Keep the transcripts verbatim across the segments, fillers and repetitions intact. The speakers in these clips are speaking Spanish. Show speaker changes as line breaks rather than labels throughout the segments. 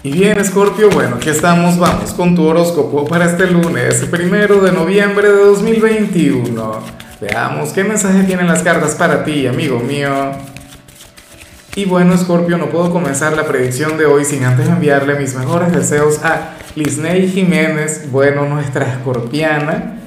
Y bien, Escorpio, bueno, aquí estamos, vamos con tu horóscopo para este lunes, primero de noviembre de dos mil veintiuno. Veamos qué mensaje tienen las cartas para ti, amigo mío. Y bueno, Escorpio, no puedo comenzar la predicción de hoy sin antes enviarle mis mejores deseos a Lisney Jiménez, bueno, nuestra escorpiana,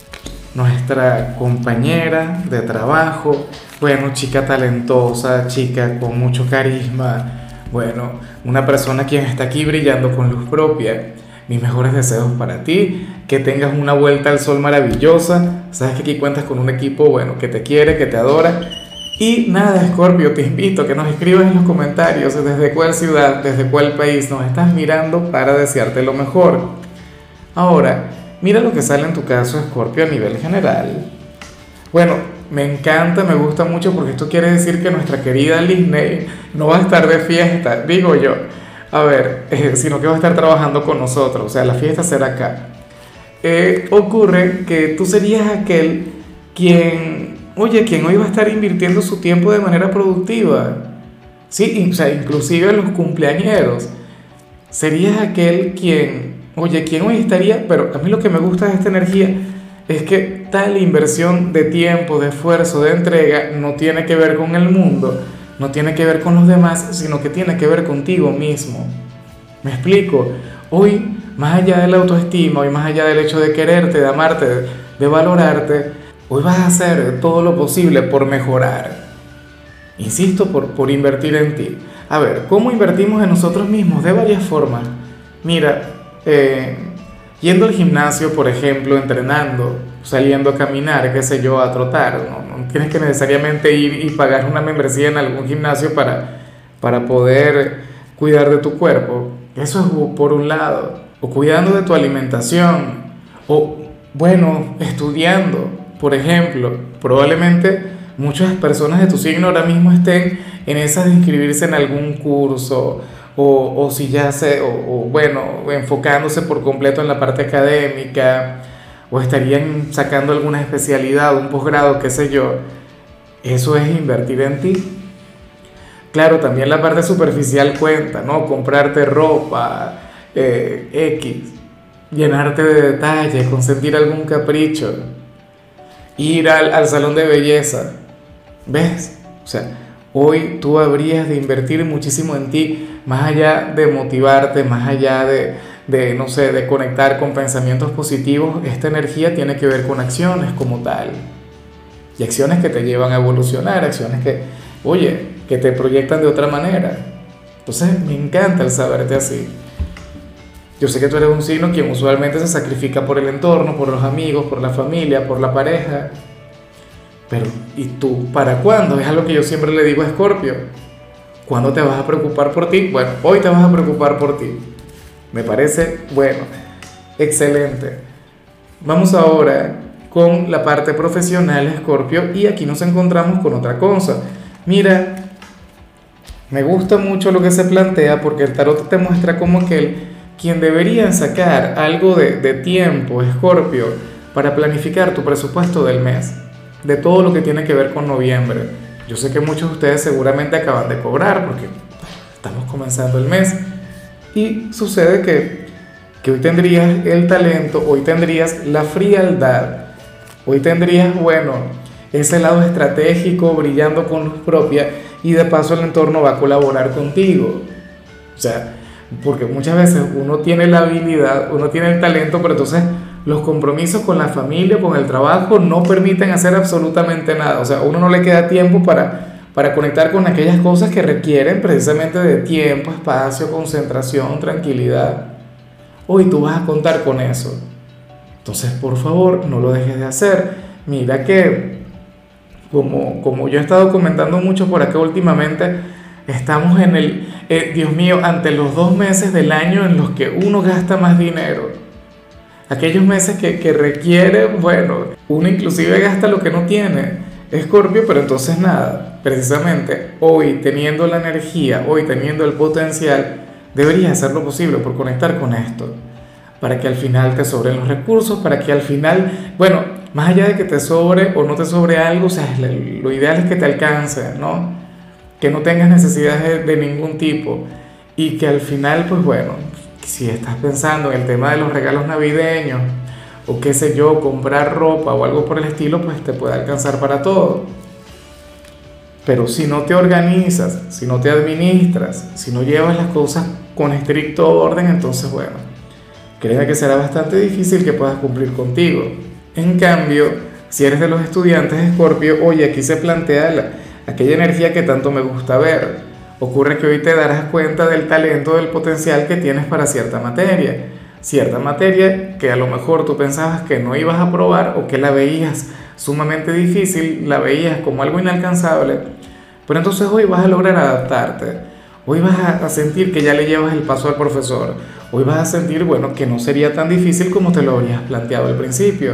nuestra compañera de trabajo, bueno, chica talentosa, chica con mucho carisma. Bueno, una persona quien está aquí brillando con luz propia. Mis mejores deseos para ti, que tengas una vuelta al sol maravillosa. Sabes que aquí cuentas con un equipo, bueno, que te quiere, que te adora. Y nada, Escorpio, te invito a que nos escribas en los comentarios desde cuál ciudad, desde cuál país nos estás mirando para desearte lo mejor. Ahora, mira lo que sale en tu caso, Escorpio, a nivel general. Bueno, me encanta, me gusta mucho porque esto quiere decir que nuestra querida Lisney no va a estar de fiesta, digo yo, a ver, eh, sino que va a estar trabajando con nosotros, o sea, la fiesta será acá. Eh, ocurre que tú serías aquel quien, oye, quien hoy va a estar invirtiendo su tiempo de manera productiva, sí, o sea, inclusive los cumpleañeros, serías aquel quien, oye, quien hoy estaría, pero a mí lo que me gusta de esta energía es que tal inversión de tiempo, de esfuerzo, de entrega, no tiene que ver con el mundo, no tiene que ver con los demás, sino que tiene que ver contigo mismo. ¿Me explico? Hoy, más allá de la autoestima, hoy más allá del hecho de quererte, de amarte, de, de valorarte, hoy vas a hacer todo lo posible por mejorar. Insisto, por, por invertir en ti. A ver, ¿cómo invertimos en nosotros mismos? De varias formas. Mira, eh, yendo al gimnasio, por ejemplo, entrenando, saliendo a caminar, qué sé yo, a trotar. No, no tienes que necesariamente ir y pagar una membresía en algún gimnasio para, para poder cuidar de tu cuerpo. Eso es por un lado. O cuidando de tu alimentación. O, bueno, estudiando, por ejemplo. Probablemente muchas personas de tu signo ahora mismo estén en esas de inscribirse en algún curso. O, o si ya se, o, o bueno, enfocándose por completo en la parte académica, o estarían sacando alguna especialidad, un posgrado, qué sé yo. Eso es invertir en ti. Claro, también la parte superficial cuenta, ¿no? Comprarte ropa, eh, X, llenarte de detalles, consentir algún capricho, ir al, al salón de belleza. ¿Ves? O sea, hoy tú habrías de invertir muchísimo en ti, más allá de motivarte, más allá de, de, no sé, de conectar con pensamientos positivos. Esta energía tiene que ver con acciones como tal. Y acciones que te llevan a evolucionar, acciones que, oye, que te proyectan de otra manera. Entonces me encanta el saberte así. Yo sé que tú eres un signo quien usualmente se sacrifica por el entorno, por los amigos, por la familia, por la pareja. Pero, ¿y tú para cuándo? Es algo que yo siempre le digo a Escorpio. ¿Cuándo te vas a preocupar por ti? Bueno, hoy te vas a preocupar por ti. Me parece, bueno, excelente. Vamos ahora con la parte profesional, Escorpio, y aquí nos encontramos con otra cosa. Mira, me gusta mucho lo que se plantea porque el tarot te muestra como aquel quien debería sacar algo de, de tiempo, Escorpio, para planificar tu presupuesto del mes, de todo lo que tiene que ver con noviembre. Yo sé que muchos de ustedes seguramente acaban de cobrar porque estamos comenzando el mes y sucede que, que hoy tendrías el talento, hoy tendrías la frialdad, hoy tendrías, bueno, ese lado estratégico brillando con luz propia y de paso el entorno va a colaborar contigo. O sea, porque muchas veces uno tiene la habilidad, uno tiene el talento, pero entonces los compromisos con la familia, con el trabajo, no permiten hacer absolutamente nada. O sea, a uno no le queda tiempo para, para conectar con aquellas cosas que requieren precisamente de tiempo, espacio, concentración, tranquilidad. Hoy tú vas a contar con eso. Entonces, por favor, no lo dejes de hacer. Mira que, como, como yo he estado comentando mucho por acá últimamente, estamos en el, eh, Dios mío, ante los dos meses del año en los que uno gasta más dinero. Aquellos meses que, que requiere, bueno, uno inclusive gasta lo que no tiene, Escorpio, pero entonces nada, precisamente hoy teniendo la energía, hoy teniendo el potencial, deberías hacer lo posible por conectar con esto, para que al final te sobren los recursos, para que al final, bueno, más allá de que te sobre o no te sobre algo, o sea, lo ideal es que te alcance, ¿no? Que no tengas necesidades de, de ningún tipo. y que al final, pues bueno, si estás pensando en el tema de los regalos navideños, o qué sé yo, comprar ropa o algo por el estilo, pues te puede alcanzar para todo. Pero si no te organizas, si no te administras, si no llevas las cosas con estricto orden, entonces bueno, créeme que será bastante difícil que puedas cumplir contigo. En cambio, si eres de los estudiantes de Escorpio, oye, aquí se plantea la, aquella energía que tanto me gusta ver. Ocurre que hoy te darás cuenta del talento, del potencial que tienes para cierta materia. Cierta materia que a lo mejor tú pensabas que no ibas a probar o que la veías sumamente difícil, la veías como algo inalcanzable, pero entonces hoy vas a lograr adaptarte. Hoy vas a sentir que ya le llevas el paso al profesor. Hoy vas a sentir, bueno, que no sería tan difícil como te lo habrías planteado al principio.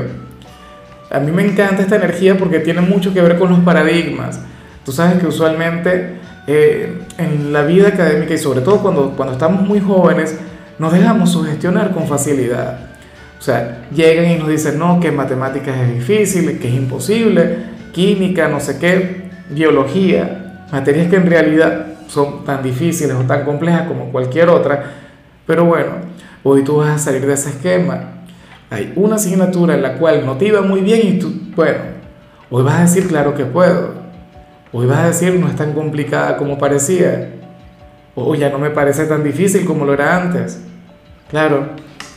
A mí me encanta esta energía porque tiene mucho que ver con los paradigmas. Tú sabes que usualmente eh, en la vida académica y sobre todo cuando, cuando estamos muy jóvenes, nos dejamos sugestionar con facilidad. O sea, llegan y nos dicen, no, que matemáticas es difícil, que es imposible, química, no sé qué, biología, materias que en realidad son tan difíciles o tan complejas como cualquier otra. Pero bueno, hoy tú vas a salir de ese esquema. Hay una asignatura en la cual no te iba muy bien y tú, bueno, hoy vas a decir, claro que puedo. Hoy vas a decir, no es tan complicada como parecía. O ya no me parece tan difícil como lo era antes. Claro,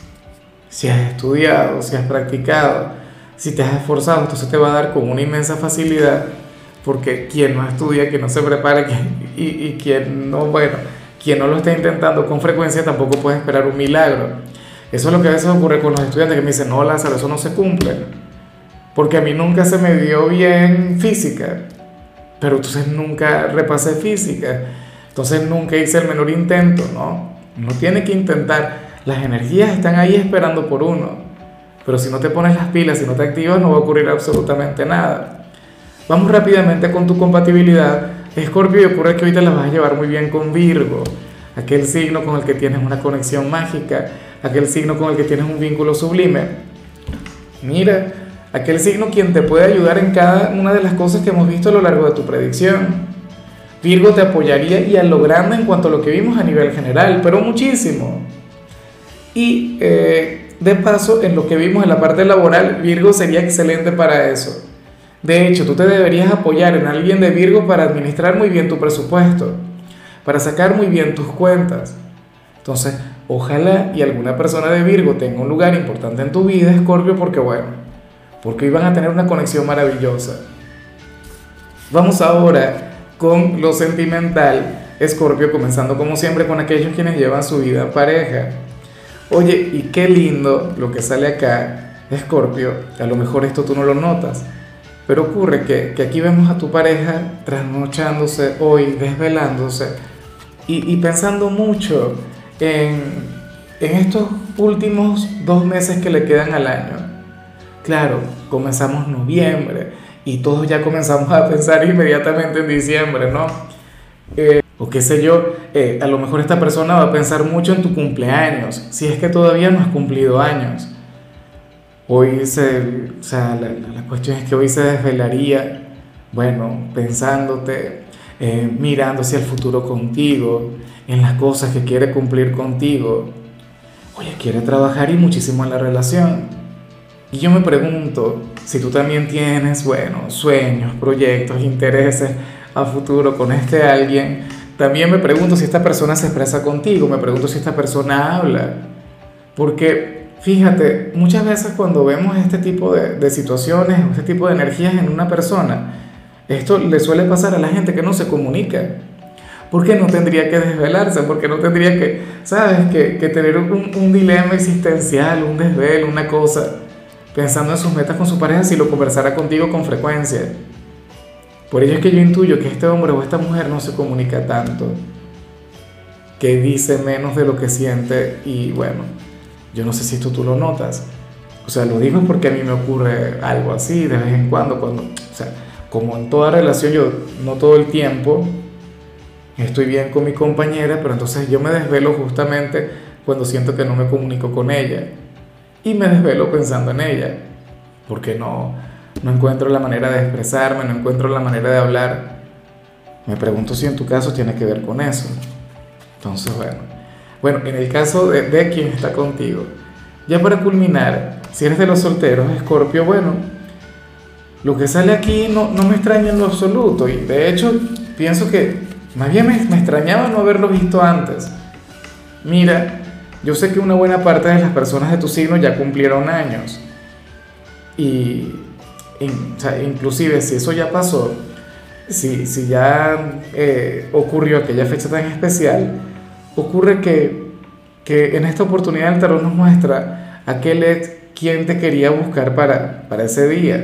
si has estudiado, si has practicado, si te has esforzado, entonces te va a dar con una inmensa facilidad, porque quien no estudia, quien no se prepara quien, y, y quien no, bueno, quien no lo está intentando con frecuencia tampoco puede esperar un milagro. Eso es lo que a veces ocurre con los estudiantes que me dicen, no, Lázaro, eso no se cumple, porque a mí nunca se me dio bien física, pero entonces nunca repasé física, entonces nunca hice el menor intento, ¿no? Uno tiene que intentar. Las energías están ahí esperando por uno, pero si no te pones las pilas, si no te activas, no va a ocurrir absolutamente nada. Vamos rápidamente con tu compatibilidad, Escorpio, y ocurre que ahorita la vas a llevar muy bien con Virgo, aquel signo con el que tienes una conexión mágica, aquel signo con el que tienes un vínculo sublime. Mira, aquel signo quien te puede ayudar en cada una de las cosas que hemos visto a lo largo de tu predicción. Virgo te apoyaría y a lo grande en cuanto a lo que vimos a nivel general, pero muchísimo. Y eh, de paso, en lo que vimos en la parte laboral, Virgo sería excelente para eso. De hecho, tú te deberías apoyar en alguien de Virgo para administrar muy bien tu presupuesto, para sacar muy bien tus cuentas. Entonces, ojalá y alguna persona de Virgo tenga un lugar importante en tu vida, Escorpio, porque bueno, porque hoy van a tener una conexión maravillosa. Vamos ahora con lo sentimental, Escorpio, comenzando como siempre con aquellos quienes llevan su vida en pareja. Oye, y qué lindo lo que sale acá, Escorpio, a lo mejor esto tú no lo notas, pero ocurre que, que aquí vemos a tu pareja trasnochándose hoy, desvelándose y, y pensando mucho en, en estos últimos dos meses que le quedan al año. Claro, comenzamos noviembre y todos ya comenzamos a pensar inmediatamente en diciembre, ¿no? Eh, o qué sé yo, eh, a lo mejor esta persona va a pensar mucho en tu cumpleaños, si es que todavía no has cumplido años. Hoy se, o sea, la, la cuestión es que hoy se desvelaría, bueno, pensándote, eh, mirando hacia el futuro contigo, en las cosas que quiere cumplir contigo. Oye, quiere trabajar y muchísimo en la relación. Y yo me pregunto, si tú también tienes, bueno, sueños, proyectos, intereses a futuro con este alguien, también me pregunto si esta persona se expresa contigo, me pregunto si esta persona habla. Porque, fíjate, muchas veces cuando vemos este tipo de, de situaciones, este tipo de energías en una persona, esto le suele pasar a la gente que no se comunica. ¿Por qué no tendría que desvelarse? ¿Por qué no tendría que, sabes, que, que tener un, un dilema existencial, un desvelo, una cosa, pensando en sus metas con su pareja si lo conversara contigo con frecuencia? Por ello es que yo intuyo que este hombre o esta mujer no se comunica tanto, que dice menos de lo que siente y bueno, yo no sé si esto tú lo notas. O sea, lo digo porque a mí me ocurre algo así de vez en cuando, cuando, o sea, como en toda relación, yo no todo el tiempo estoy bien con mi compañera, pero entonces yo me desvelo justamente cuando siento que no me comunico con ella y me desvelo pensando en ella, porque no, no encuentro la manera de expresarme, no encuentro la manera de hablar. Me pregunto si en tu caso tiene que ver con eso. Entonces, bueno, bueno, en el caso de, de quien está contigo, ya para culminar, si eres de los solteros, Escorpio, bueno, lo que sale aquí no, no me extraña en lo absoluto y de hecho pienso que más bien me, me extrañaba no haberlo visto antes. Mira, yo sé que una buena parte de las personas de tu signo ya cumplieron años y in- o sea, inclusive si eso ya pasó, si, si ya eh, ocurrió aquella fecha tan especial, ocurre que, que en esta oportunidad el tarot nos muestra aquel ex quien te quería buscar para, para ese día.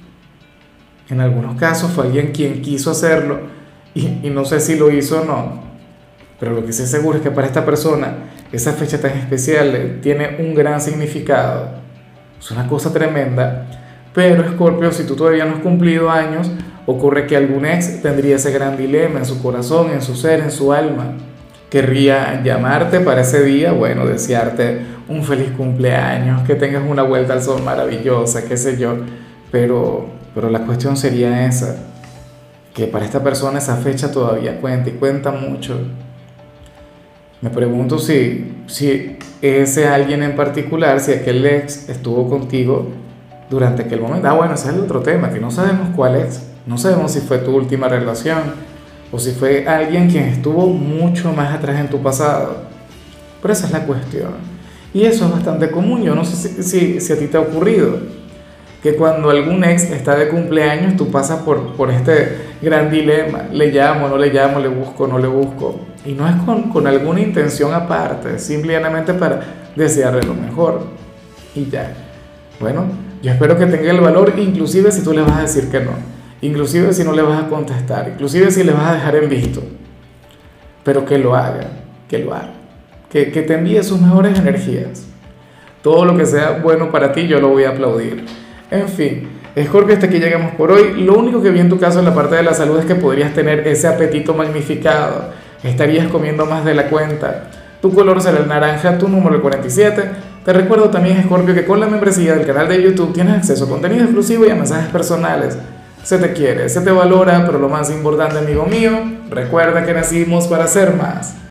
En algunos casos fue alguien quien quiso hacerlo y, y no sé si lo hizo o no, pero lo que sí seguro es que para esta persona esa fecha tan especial eh, tiene un gran significado. Es una cosa tremenda, pero Escorpio, si tú todavía no has cumplido años, ocurre que algún ex tendría ese gran dilema en su corazón, en su ser, en su alma. Querría llamarte para ese día, bueno, desearte un feliz cumpleaños, que tengas una vuelta al sol maravillosa, qué sé yo, pero, pero la cuestión sería esa, que para esta persona esa fecha todavía cuenta y cuenta mucho. Me pregunto si, si ese alguien en particular, si aquel ex estuvo contigo durante aquel momento. Ah, bueno, ese es el otro tema, que no sabemos cuál es. No sabemos si fue tu última relación o si fue alguien quien estuvo mucho más atrás en tu pasado. Pero esa es la cuestión. Y eso es bastante común. Yo no sé si, si, si a ti te ha ocurrido que cuando algún ex está de cumpleaños, tú pasas por, por este gran dilema. Le llamo, no le llamo, le busco, no le busco. Y no es con, con alguna intención aparte, simplemente para desearle lo mejor. Y ya. Bueno, yo espero que tenga el valor, inclusive si tú le vas a decir que no. Inclusive si no le vas a contestar. Inclusive si le vas a dejar en visto. Pero que lo haga, que lo haga. Que, que te envíe sus mejores energías. Todo lo que sea bueno para ti, yo lo voy a aplaudir. En fin, Scorpio, hasta aquí llegamos por hoy. Lo único que vi en tu caso en la parte de la salud es que podrías tener ese apetito magnificado. Estarías comiendo más de la cuenta. Tu color será el naranja, tu número el cuarenta y siete. Te recuerdo también, Scorpio, que con la membresía del canal de YouTube tienes acceso a contenido exclusivo y a mensajes personales. Se te quiere, se te valora, pero lo más importante, amigo mío, recuerda que nacimos para ser más.